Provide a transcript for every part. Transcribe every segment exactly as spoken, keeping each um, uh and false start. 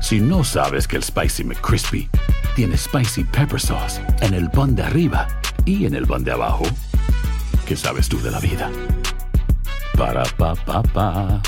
Si no sabes que el Spicy McCrispy tiene Spicy Pepper Sauce en el pan de arriba y en el pan de abajo, ¿qué sabes tú de la vida? Para, pa, pa, pa.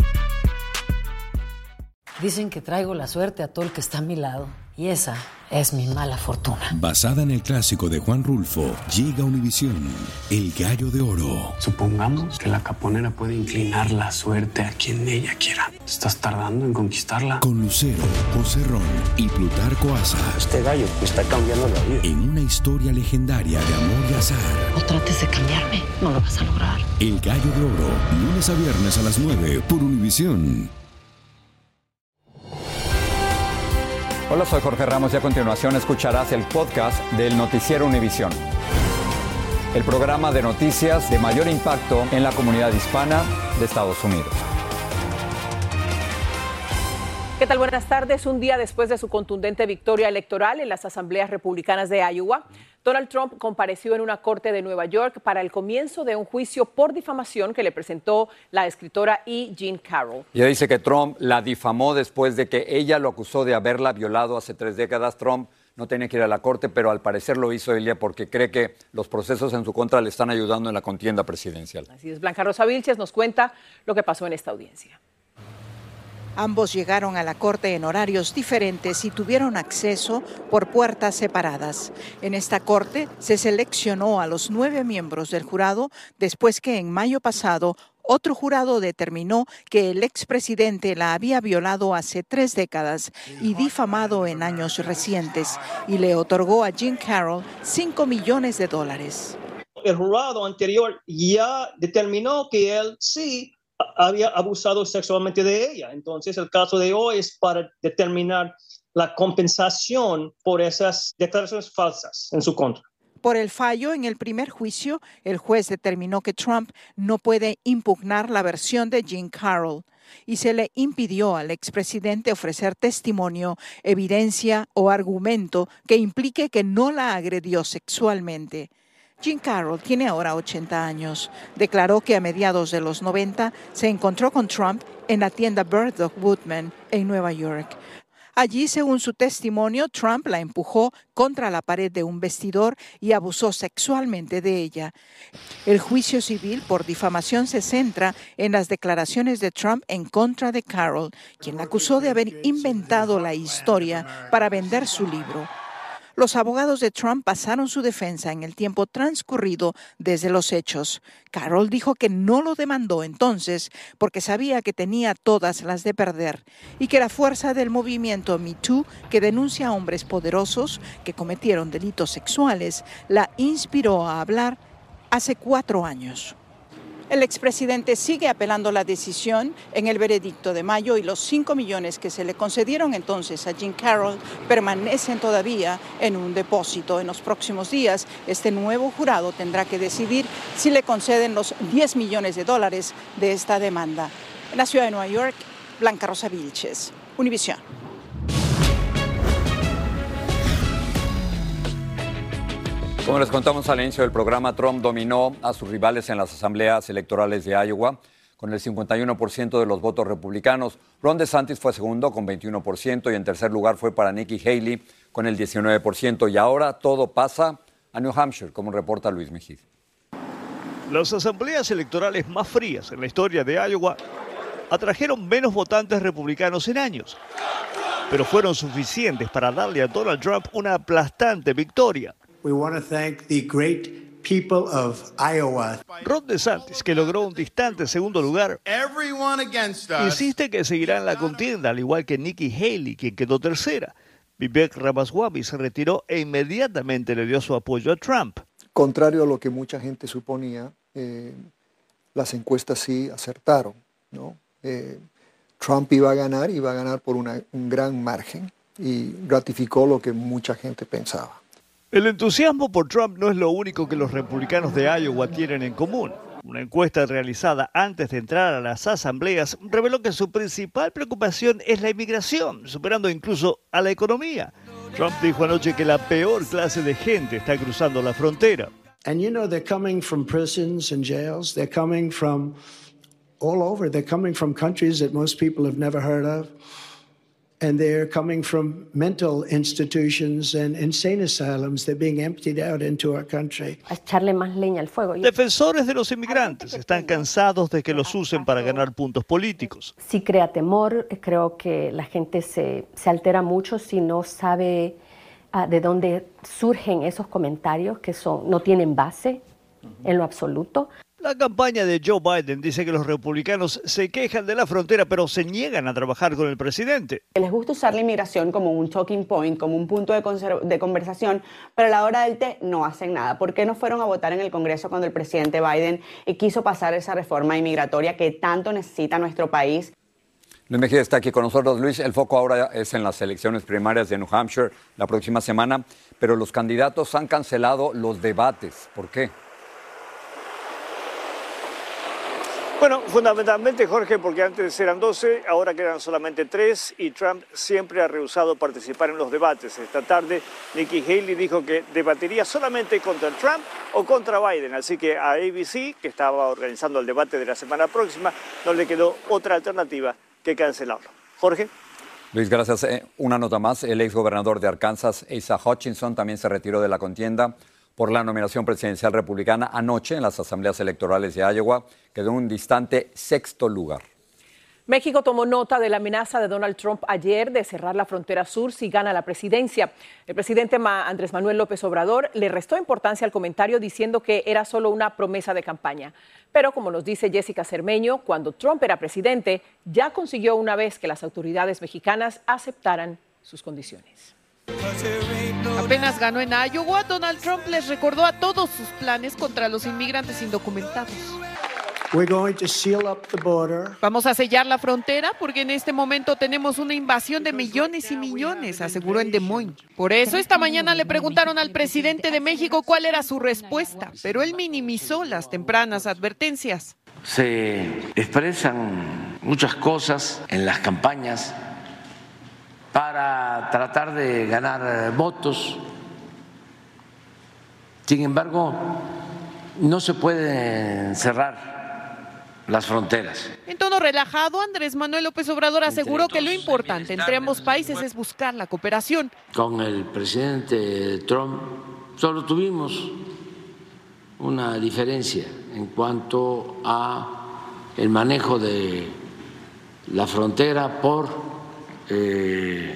Dicen que traigo la suerte a todo el que está a mi lado. Y esa es mi mala fortuna. Basada en el clásico de Juan Rulfo, llega Univisión, El Gallo de Oro. Supongamos que la caponera puede inclinar la suerte a quien ella quiera. ¿Estás tardando en conquistarla? Con Lucero, José Ron y Plutarco Asa. Este gallo me está cambiando la vida. En una historia legendaria de amor y azar. No trates de cambiarme, no lo vas a lograr. El Gallo de Oro, lunes a viernes a las nueve por Univisión. Hola, soy Jorge Ramos y a continuación escucharás el podcast del Noticiero Univisión, el programa de noticias de mayor impacto en la comunidad hispana de Estados Unidos. ¿Qué tal? Buenas tardes. Un día después de su contundente victoria electoral en las asambleas republicanas de Iowa, Donald Trump compareció en una corte de Nueva York para el comienzo de un juicio por difamación que le presentó la escritora E. Jean Carroll. Ella dice que Trump la difamó después de que ella lo acusó de haberla violado hace tres décadas. Trump no tenía que ir a la corte, pero al parecer lo hizo ella porque cree que los procesos en su contra le están ayudando en la contienda presidencial. Así es, Blanca Rosa Vilches nos cuenta lo que pasó en esta audiencia. Ambos llegaron a la corte en horarios diferentes y tuvieron acceso por puertas separadas. En esta corte se seleccionó a los nueve miembros del jurado después que en mayo pasado otro jurado determinó que el expresidente la había violado hace tres décadas y difamado en años recientes y le otorgó a Jean Carroll cinco millones de dólares. El jurado anterior ya determinó que él sí había abusado sexualmente de ella. Entonces, el caso de hoy es para determinar la compensación por esas declaraciones falsas en su contra. Por el fallo en el primer juicio, el juez determinó que Trump no puede impugnar la versión de Jean Carroll y se le impidió al expresidente ofrecer testimonio, evidencia o argumento que implique que no la agredió sexualmente. Jean Carroll tiene ahora ochenta años. Declaró que a mediados de los noventa se encontró con Trump en la tienda Bergdorf Goodman en Nueva York. Allí, según su testimonio, Trump la empujó contra la pared de un vestidor y abusó sexualmente de ella. El juicio civil por difamación se centra en las declaraciones de Trump en contra de Carroll, quien la acusó de haber inventado la historia para vender su libro. Los abogados de Trump basaron su defensa en el tiempo transcurrido desde los hechos. Carroll dijo que no lo demandó entonces porque sabía que tenía todas las de perder y que la fuerza del movimiento Me Too, que denuncia a hombres poderosos que cometieron delitos sexuales, la inspiró a hablar hace cuatro años. El expresidente sigue apelando la decisión en el veredicto de mayo y los cinco millones que se le concedieron entonces a Jean Carroll permanecen todavía en un depósito. En los próximos días, este nuevo jurado tendrá que decidir si le conceden los diez millones de dólares de esta demanda. En la ciudad de Nueva York, Blanca Rosa Vilches, Univisión. Como les contamos al inicio del programa, Trump dominó a sus rivales en las asambleas electorales de Iowa con el cincuenta y uno por ciento de los votos republicanos. Ron DeSantis fue segundo con veintiuno por ciento y en tercer lugar fue para Nikki Haley con el diecinueve por ciento. Y ahora todo pasa a New Hampshire, como reporta Luis Mejid. Las asambleas electorales más frías en la historia de Iowa atrajeron menos votantes republicanos en años, pero fueron suficientes para darle a Donald Trump una aplastante victoria. We want to thank the great people of Iowa. Ron DeSantis, que logró un distante segundo lugar, insiste que seguirá en la contienda, al igual que Nikki Haley, quien quedó tercera. Vivek Ramaswamy se retiró e inmediatamente le dio su apoyo a Trump. Contrario a lo que mucha gente suponía, eh, las encuestas sí acertaron, ¿no? Eh, Trump iba a ganar, iba a ganar por una, un gran margen y ratificó lo que mucha gente pensaba. El entusiasmo por Trump no es lo único que los republicanos de Iowa tienen en común. Una encuesta realizada antes de entrar a las asambleas reveló que su principal preocupación es la inmigración, superando incluso a la economía. Trump dijo anoche que la peor clase de gente está cruzando la frontera. And you know, they're coming from prisons and jails. They're coming from all over. They're coming from countries that most people have never heard of. and they're coming from mental institutions and insane asylums. They're being emptied out into our country. A echarle más leña al fuego. Defensores de los inmigrantes están cansados de que los usen para ganar puntos políticos. Sí crea temor, creo que la gente se, se altera mucho si no sabe uh, de dónde surgen esos comentarios que son, no tienen base en lo absoluto. La campaña de Joe Biden dice que los republicanos se quejan de la frontera, pero se niegan a trabajar con el presidente. Les gusta usar la inmigración como un talking point, como un punto de, de conversación, pero a la hora del té no hacen nada. ¿Por qué no fueron a votar en el Congreso cuando el presidente Biden quiso pasar esa reforma inmigratoria que tanto necesita nuestro país? Luis Mejía está aquí con nosotros. Luis, el foco ahora es en las elecciones primarias de New Hampshire la próxima semana, pero los candidatos han cancelado los debates. ¿Por qué? Bueno, fundamentalmente, Jorge, porque antes eran doce, ahora quedan solamente tres y Trump siempre ha rehusado participar en los debates. Esta tarde, Nikki Haley dijo que debatiría solamente contra Trump o contra Biden, así que a A B C, que estaba organizando el debate de la semana próxima, no le quedó otra alternativa que cancelarlo. Jorge. Luis, gracias. Eh, una nota más. El exgobernador de Arkansas, Asa Hutchinson, también se retiró de la contienda por la nominación presidencial republicana anoche en las asambleas electorales de Iowa, quedó en un distante sexto lugar. México tomó nota de la amenaza de Donald Trump ayer de cerrar la frontera sur si gana la presidencia. El presidente Andrés Manuel López Obrador le restó importancia al comentario diciendo que era solo una promesa de campaña. Pero como nos dice Jessica Cermeño, cuando Trump era presidente, ya consiguió una vez que las autoridades mexicanas aceptaran sus condiciones. Apenas ganó en Iowa, Donald Trump les recordó a todos sus planes contra los inmigrantes indocumentados. We're going to seal up the border. Vamos a sellar la frontera porque en este momento tenemos una invasión de millones y millones, aseguró en Des Moines. Por eso esta mañana le preguntaron al presidente de México cuál era su respuesta, pero él minimizó las tempranas advertencias. Se expresan muchas cosas en las campañas para tratar de ganar votos. Sin embargo, no se pueden cerrar las fronteras. En tono relajado, Andrés Manuel López Obrador aseguró que lo importante entre ambos países es buscar la cooperación. Con el presidente Trump solo tuvimos una diferencia en cuanto a el manejo de la frontera por Eh,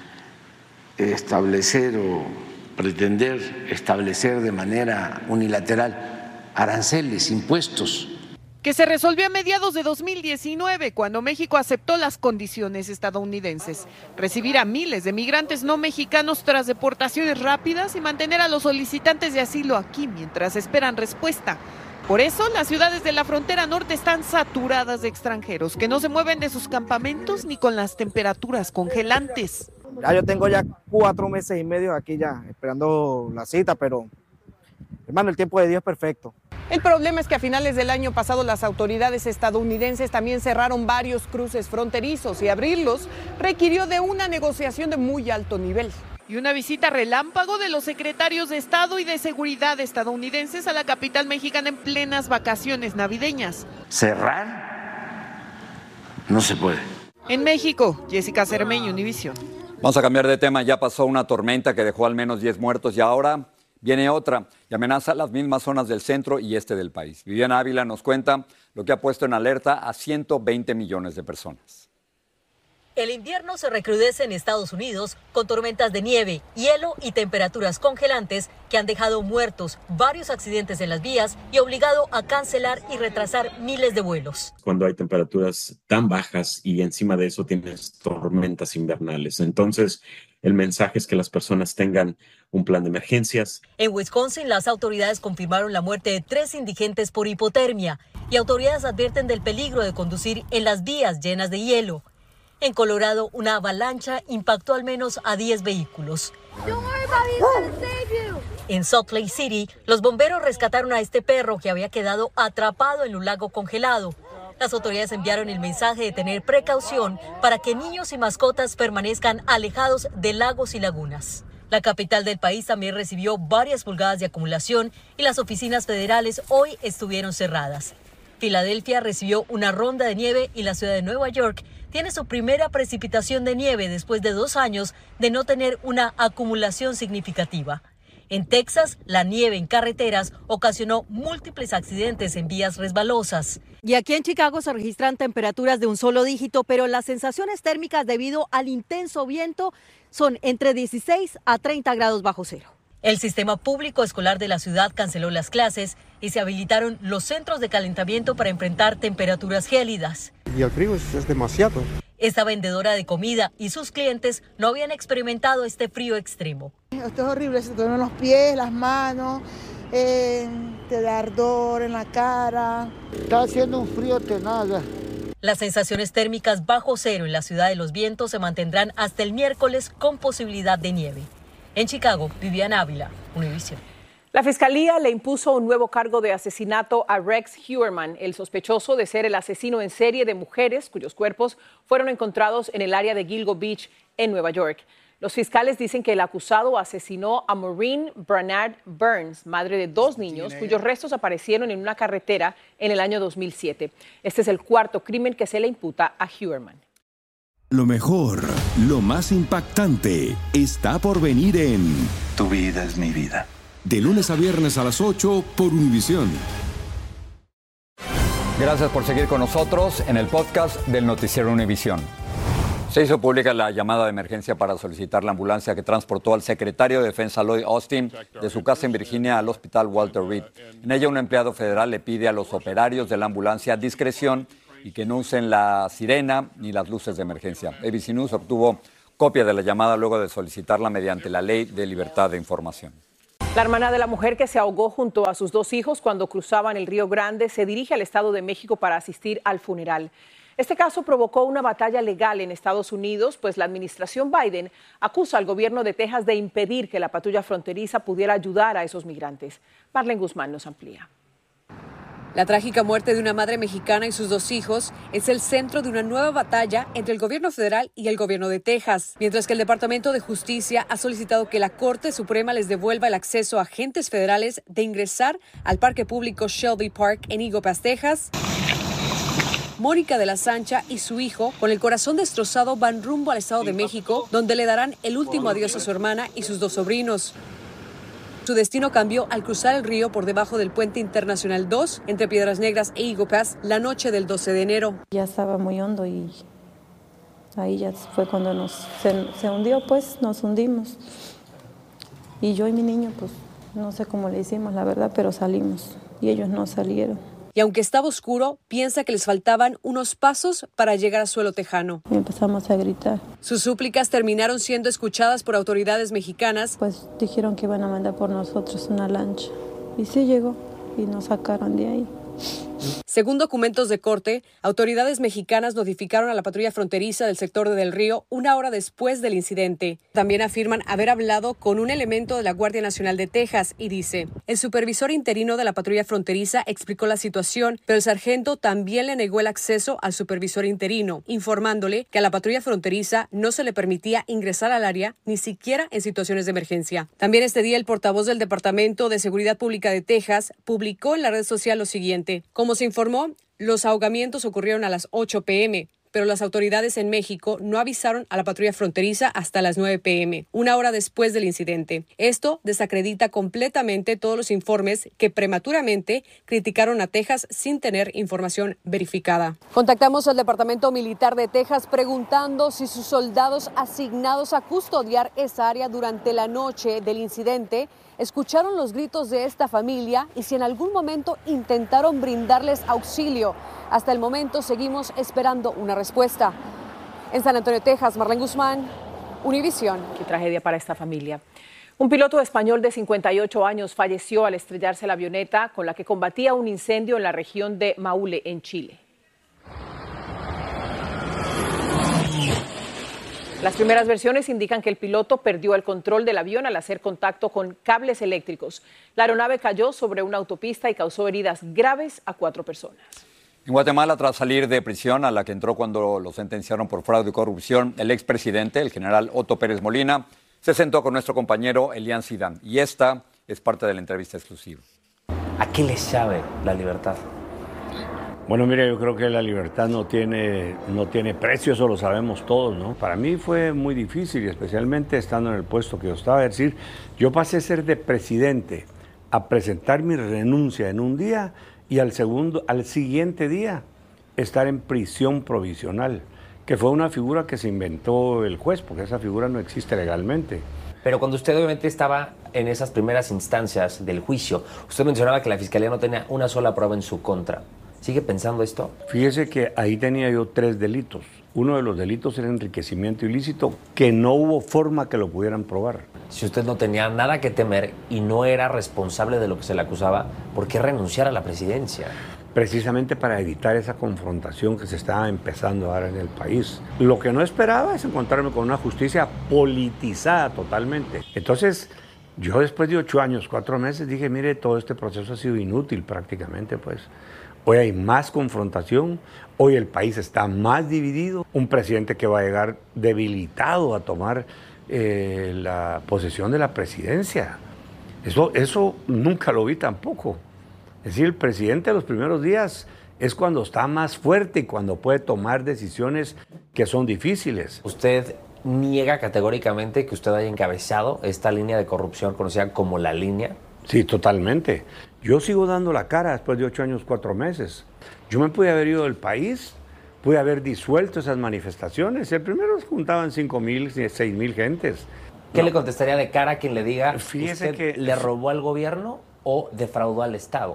establecer o pretender establecer de manera unilateral aranceles, impuestos. Que se resolvió a mediados de dos mil diecinueve, cuando México aceptó las condiciones estadounidenses. Recibir a miles de migrantes no mexicanos tras deportaciones rápidas y mantener a los solicitantes de asilo aquí mientras esperan respuesta. Por eso, las ciudades de la frontera norte están saturadas de extranjeros que no se mueven de sus campamentos ni con las temperaturas congelantes. Ya yo tengo ya cuatro meses y medio aquí ya, esperando la cita, pero, hermano, el tiempo de Dios es perfecto. El problema es que a finales del año pasado las autoridades estadounidenses también cerraron varios cruces fronterizos y abrirlos requirió de una negociación de muy alto nivel. Y una visita relámpago de los secretarios de Estado y de Seguridad estadounidenses a la capital mexicana en plenas vacaciones navideñas. Cerrar no se puede. En México, Jessica Cermeño, Univisión. Vamos a cambiar de tema. Ya pasó una tormenta que dejó al menos diez muertos y ahora viene otra y amenaza las mismas zonas del centro y este del país. Viviana Ávila nos cuenta lo que ha puesto en alerta a ciento veinte millones de personas. El invierno se recrudece en Estados Unidos con tormentas de nieve, hielo y temperaturas congelantes que han dejado muertos, varios accidentes en las vías y obligado a cancelar y retrasar miles de vuelos. Cuando hay temperaturas tan bajas y encima de eso tienes tormentas invernales, entonces el mensaje es que las personas tengan un plan de emergencias. En Wisconsin, las autoridades confirmaron la muerte de tres indigentes por hipotermia y autoridades advierten del peligro de conducir en las vías llenas de hielo. En Colorado, una avalancha impactó al menos a diez vehículos. En Salt Lake City, los bomberos rescataron a este perro que había quedado atrapado en un lago congelado. Las autoridades enviaron el mensaje de tener precaución para que niños y mascotas permanezcan alejados de lagos y lagunas. La capital del país también recibió varias pulgadas de acumulación y las oficinas federales hoy estuvieron cerradas. Filadelfia recibió una ronda de nieve y la ciudad de Nueva York tiene su primera precipitación de nieve después de dos años de no tener una acumulación significativa. En Texas, la nieve en carreteras ocasionó múltiples accidentes en vías resbalosas. Y aquí en Chicago se registran temperaturas de un solo dígito, pero las sensaciones térmicas debido al intenso viento son entre dieciséis a treinta grados bajo cero. El sistema público escolar de la ciudad canceló las clases y se habilitaron los centros de calentamiento para enfrentar temperaturas gélidas. Y el frío es, es demasiado. Esta vendedora de comida y sus clientes no habían experimentado este frío extremo. Esto es horrible, se te duelen los pies, las manos, eh, te da ardor en la cara. Está haciendo un frío tenaz. Las sensaciones térmicas bajo cero en la ciudad de los vientos se mantendrán hasta el miércoles con posibilidad de nieve. En Chicago, Viviana Ávila, Univisión. La Fiscalía le impuso un nuevo cargo de asesinato a Rex Heuermann, el sospechoso de ser el asesino en serie de mujeres cuyos cuerpos fueron encontrados en el área de Gilgo Beach, en Nueva York. Los fiscales dicen que el acusado asesinó a Maureen Branard Burns, madre de dos niños, cuyos restos aparecieron en una carretera en el año dos mil siete. Este es el cuarto crimen que se le imputa a Heuermann. Lo mejor, lo más impactante, está por venir en Tu vida es mi vida. De lunes a viernes a las ocho por Univisión. Gracias por seguir con nosotros en el podcast del Noticiero Univisión. Se hizo pública la llamada de emergencia para solicitar la ambulancia que transportó al secretario de Defensa Lloyd Austin de su casa en Virginia al hospital Walter Reed. En ella, un empleado federal le pide a los operarios de la ambulancia discreción y que no usen la sirena ni las luces de emergencia. A B C News obtuvo copia de la llamada luego de solicitarla mediante la Ley de Libertad de Información. La hermana de la mujer que se ahogó junto a sus dos hijos cuando cruzaban el Río Grande se dirige al Estado de México para asistir al funeral. Este caso provocó una batalla legal en Estados Unidos, pues la administración Biden acusa al gobierno de Texas de impedir que la patrulla fronteriza pudiera ayudar a esos migrantes. Marlene Guzmán nos amplía. La trágica muerte de una madre mexicana y sus dos hijos es el centro de una nueva batalla entre el gobierno federal y el gobierno de Texas, mientras que el Departamento de Justicia ha solicitado que la Corte Suprema les devuelva el acceso a agentes federales de ingresar al parque público Shelby Park en Eagle Pass, Texas. Mónica de la Sancha y su hijo, con el corazón destrozado, van rumbo al Estado de México, donde le darán el último adiós a su hermana y sus dos sobrinos. Su destino cambió al cruzar el río por debajo del Puente Internacional dos, entre Piedras Negras e Eagle Pass, la noche del doce de enero. Ya estaba muy hondo y ahí ya fue cuando nos, se, se hundió, pues nos hundimos. Y yo y mi niño, pues no sé cómo le hicimos, la verdad, pero salimos y ellos no salieron. Y aunque estaba oscuro, piensa que les faltaban unos pasos para llegar a suelo tejano. Y empezamos a gritar. Sus súplicas terminaron siendo escuchadas por autoridades mexicanas. Pues dijeron que iban a mandar por nosotros una lancha. Y sí llegó y nos sacaron de ahí. Según documentos de corte, autoridades mexicanas notificaron a la patrulla fronteriza del sector de Del Río una hora después del incidente. También afirman haber hablado con un elemento de la Guardia Nacional de Texas y dice, el supervisor interino de la patrulla fronteriza explicó la situación, pero el sargento también le negó el acceso al supervisor interino, informándole que a la patrulla fronteriza no se le permitía ingresar al área ni siquiera en situaciones de emergencia. También este día el portavoz del Departamento de Seguridad Pública de Texas publicó en la red social lo siguiente. Como se informó, los ahogamientos ocurrieron a las ocho pe eme, pero las autoridades en México no avisaron a la patrulla fronteriza hasta las nueve pe eme, una hora después del incidente. Esto desacredita completamente todos los informes que prematuramente criticaron a Texas sin tener información verificada. Contactamos al Departamento Militar de Texas preguntando si sus soldados asignados a custodiar esa área durante la noche del incidente escucharon los gritos de esta familia y si en algún momento intentaron brindarles auxilio. Hasta el momento seguimos esperando una respuesta. En San Antonio, Texas, Marlene Guzmán, Univisión. Qué tragedia para esta familia. Un piloto español de cincuenta y ocho años falleció al estrellarse la avioneta con la que combatía un incendio en la región de Maule, en Chile. Las primeras versiones indican que el piloto perdió el control del avión al hacer contacto con cables eléctricos. La aeronave cayó sobre una autopista y causó heridas graves a cuatro personas. En Guatemala, tras salir de prisión a la que entró cuando lo sentenciaron por fraude y corrupción, el expresidente, el general Otto Pérez Molina, se sentó con nuestro compañero Elian Zidane. Y esta es parte de la entrevista exclusiva. ¿A qué le sabe la libertad? Bueno, mire, yo creo que la libertad no tiene, no tiene precio, eso lo sabemos todos, ¿no? Para mí fue muy difícil, especialmente estando en el puesto que yo estaba. Es decir, yo pasé a ser de presidente a presentar mi renuncia en un día y al, segundo, al siguiente día estar en prisión provisional, que fue una figura que se inventó el juez, porque esa figura no existe legalmente. Pero cuando usted obviamente estaba en esas primeras instancias del juicio, usted mencionaba que la Fiscalía no tenía una sola prueba en su contra. ¿Sigue pensando esto? Fíjese que ahí tenía yo tres delitos. Uno de los delitos era enriquecimiento ilícito, que no hubo forma que lo pudieran probar. Si usted no tenía nada que temer y no era responsable de lo que se le acusaba, ¿por qué renunciar a la presidencia? Precisamente para evitar esa confrontación que se estaba empezando a dar en el país. Lo que no esperaba es encontrarme con una justicia politizada totalmente. Entonces, yo después de ocho años, cuatro meses, dije, mire, todo este proceso ha sido inútil prácticamente, pues. Hoy hay más confrontación, hoy el país está más dividido, un presidente que va a llegar debilitado a tomar eh, la posesión de la presidencia. Eso, eso nunca lo vi tampoco. Es decir, el presidente de los primeros días es cuando está más fuerte y cuando puede tomar decisiones que son difíciles. ¿Usted niega categóricamente que usted haya encabezado esta línea de corrupción conocida como La Línea? Sí, totalmente. Yo sigo dando la cara después de ocho años, cuatro meses. Yo me pude haber ido del país, pude haber disuelto esas manifestaciones. El primero se juntaban cinco mil, seis mil gentes. ¿Qué no. le contestaría de cara a quien le diga, Fíjese usted que le robó al gobierno o defraudó al Estado?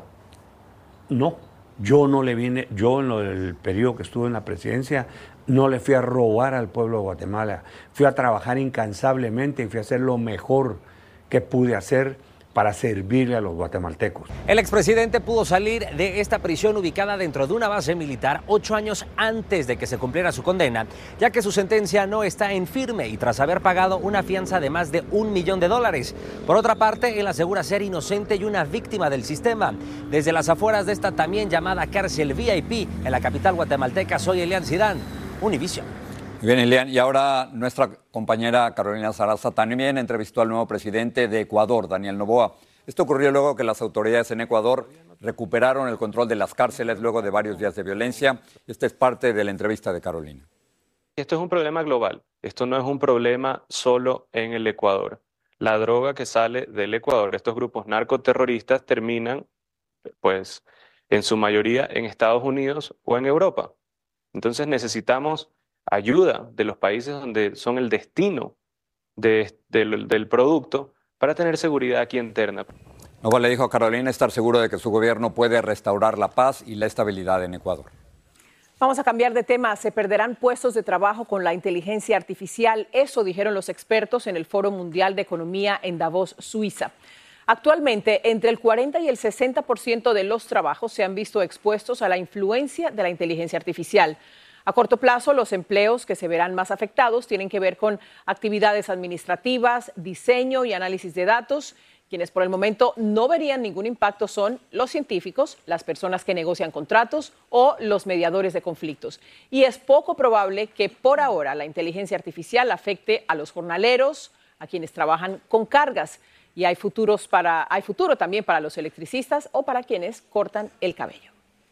No, yo no le vine, yo en lo del periodo que estuve en la presidencia, no le fui a robar al pueblo de Guatemala. Fui a trabajar incansablemente y fui a hacer lo mejor que pude hacer para servirle a los guatemaltecos. El expresidente pudo salir de esta prisión ubicada dentro de una base militar ocho años antes de que se cumpliera su condena, ya que su sentencia no está en firme y tras haber pagado una fianza de más de un millón de dólares. Por otra parte, él asegura ser inocente y una víctima del sistema. Desde las afueras de esta también llamada cárcel V I P en la capital guatemalteca, soy Elian Zidane, Univision. Bien, Elian, y ahora nuestra compañera Carolina Sarasa también entrevistó al nuevo presidente de Ecuador, Daniel Noboa. Esto ocurrió luego que las autoridades en Ecuador recuperaron el control de las cárceles luego de varios días de violencia. Esta es parte de la entrevista de Carolina. Esto es un problema global. Esto no es un problema solo en el Ecuador. La droga que sale del Ecuador, estos grupos narcoterroristas terminan, pues, en su mayoría en Estados Unidos o en Europa. Entonces necesitamos ayuda de los países donde son el destino de, de, del producto para tener seguridad aquí interna. Noboa le dijo a Carolina estar seguro de que su gobierno puede restaurar la paz y la estabilidad en Ecuador. Vamos a cambiar de tema. Se perderán puestos de trabajo con la inteligencia artificial. Eso dijeron los expertos en el Foro Mundial de Economía en Davos, Suiza. Actualmente, entre el cuarenta y el sesenta por ciento de los trabajos se han visto expuestos a la influencia de la inteligencia artificial. A corto plazo, los empleos que se verán más afectados tienen que ver con actividades administrativas, diseño y análisis de datos. Quienes por el momento no verían ningún impacto son los científicos, las personas que negocian contratos o los mediadores de conflictos. Y es poco probable que por ahora la inteligencia artificial afecte a los jornaleros, a quienes trabajan con cargas. Y hay, futuros para, hay futuro también para los electricistas o para quienes cortan el cabello.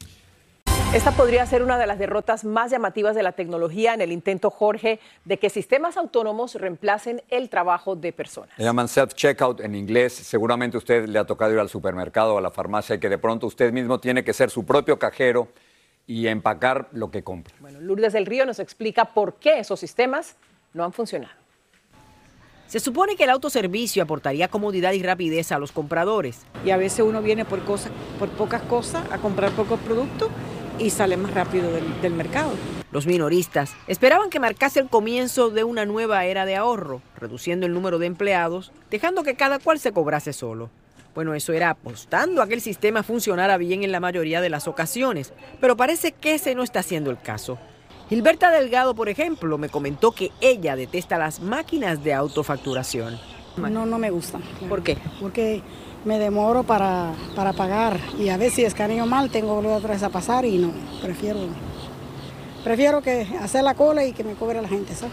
Esta podría ser una de las derrotas más llamativas de la tecnología en el intento, Jorge, de que sistemas autónomos reemplacen el trabajo de personas. Le llaman self-checkout en inglés. Seguramente a usted le ha tocado ir al supermercado o a la farmacia y que de pronto usted mismo tiene que ser su propio cajero y empacar lo que compra. Bueno, Lourdes del Río nos explica por qué esos sistemas no han funcionado. Se supone que el autoservicio aportaría comodidad y rapidez a los compradores. Y a veces uno viene por, cosas, por pocas cosas a comprar pocos productos y sale más rápido del, del mercado. Los minoristas esperaban que marcase el comienzo de una nueva era de ahorro, reduciendo el número de empleados, dejando que cada cual se cobrase solo. Bueno, eso era apostando a que el sistema funcionara bien en la mayoría de las ocasiones, pero parece que ese no está siendo el caso. Gilberta Delgado, por ejemplo, me comentó que ella detesta las máquinas de autofacturación. No, no me gustan. ¿Por qué? Porque me demoro para, para pagar y a veces si escaneo mal tengo que volver otra vez a pasar y no, prefiero, prefiero que hacer la cola y que me cobre la gente, ¿sabes?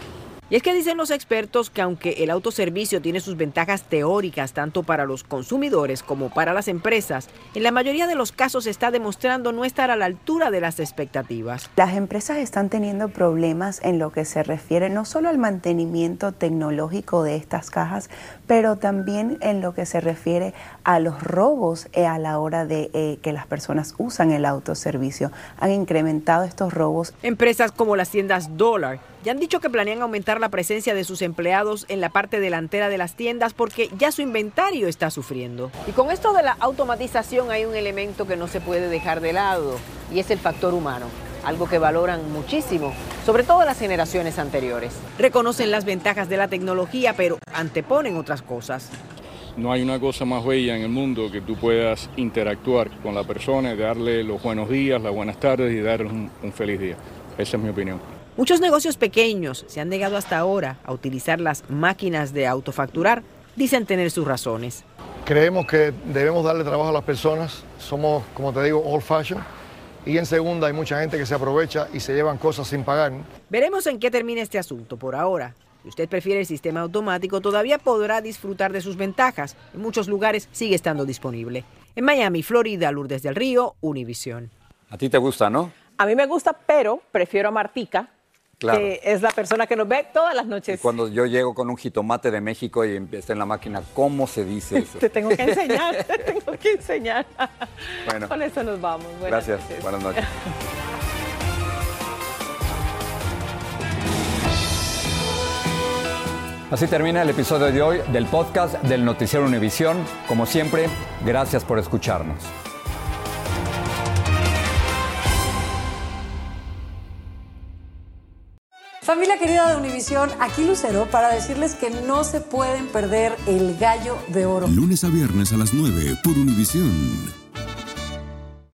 Y es que dicen los expertos que aunque el autoservicio tiene sus ventajas teóricas tanto para los consumidores como para las empresas, en la mayoría de los casos se está demostrando no estar a la altura de las expectativas. Las empresas están teniendo problemas en lo que se refiere no solo al mantenimiento tecnológico de estas cajas, pero también en lo que se refiere a los robos eh, a la hora de eh, que las personas usan el autoservicio. Han incrementado estos robos. Empresas como las tiendas Dollar ya han dicho que planean aumentar la presencia de sus empleados en la parte delantera de las tiendas porque ya su inventario está sufriendo. Y con esto de la automatización hay un elemento que no se puede dejar de lado y es el factor humano, algo que valoran muchísimo, sobre todo las generaciones anteriores. Reconocen las ventajas de la tecnología, pero anteponen otras cosas. No hay una cosa más bella en el mundo que tú puedas interactuar con la persona, darle los buenos días, las buenas tardes y darle un, un feliz día. Esa es mi opinión. Muchos negocios pequeños se han negado hasta ahora a utilizar las máquinas de autofacturar. Dicen tener sus razones. Creemos que debemos darle trabajo a las personas. Somos, como te digo, old fashion. Y en segunda, hay mucha gente que se aprovecha y se llevan cosas sin pagar. Veremos en qué termina este asunto. Por ahora, si usted prefiere el sistema automático, todavía podrá disfrutar de sus ventajas. En muchos lugares sigue estando disponible. En Miami, Florida, Lourdes del Río, Univisión. A ti te gusta, ¿no? A mí me gusta, pero prefiero a Martica, Claro. que es la persona que nos ve todas las noches. Y cuando yo llego con un jitomate de México y empieza en la máquina, ¿cómo se dice eso? Te tengo que enseñar, te tengo que enseñar. Bueno. Con eso nos vamos. Buenas Gracias. noches. Buenas noches. Así termina el episodio de hoy del podcast del Noticiero Univisión. Como siempre, gracias por escucharnos. Familia querida de Univisión, aquí Lucero para decirles que no se pueden perder el Gallo de Oro. Lunes a viernes a las nueve por Univisión.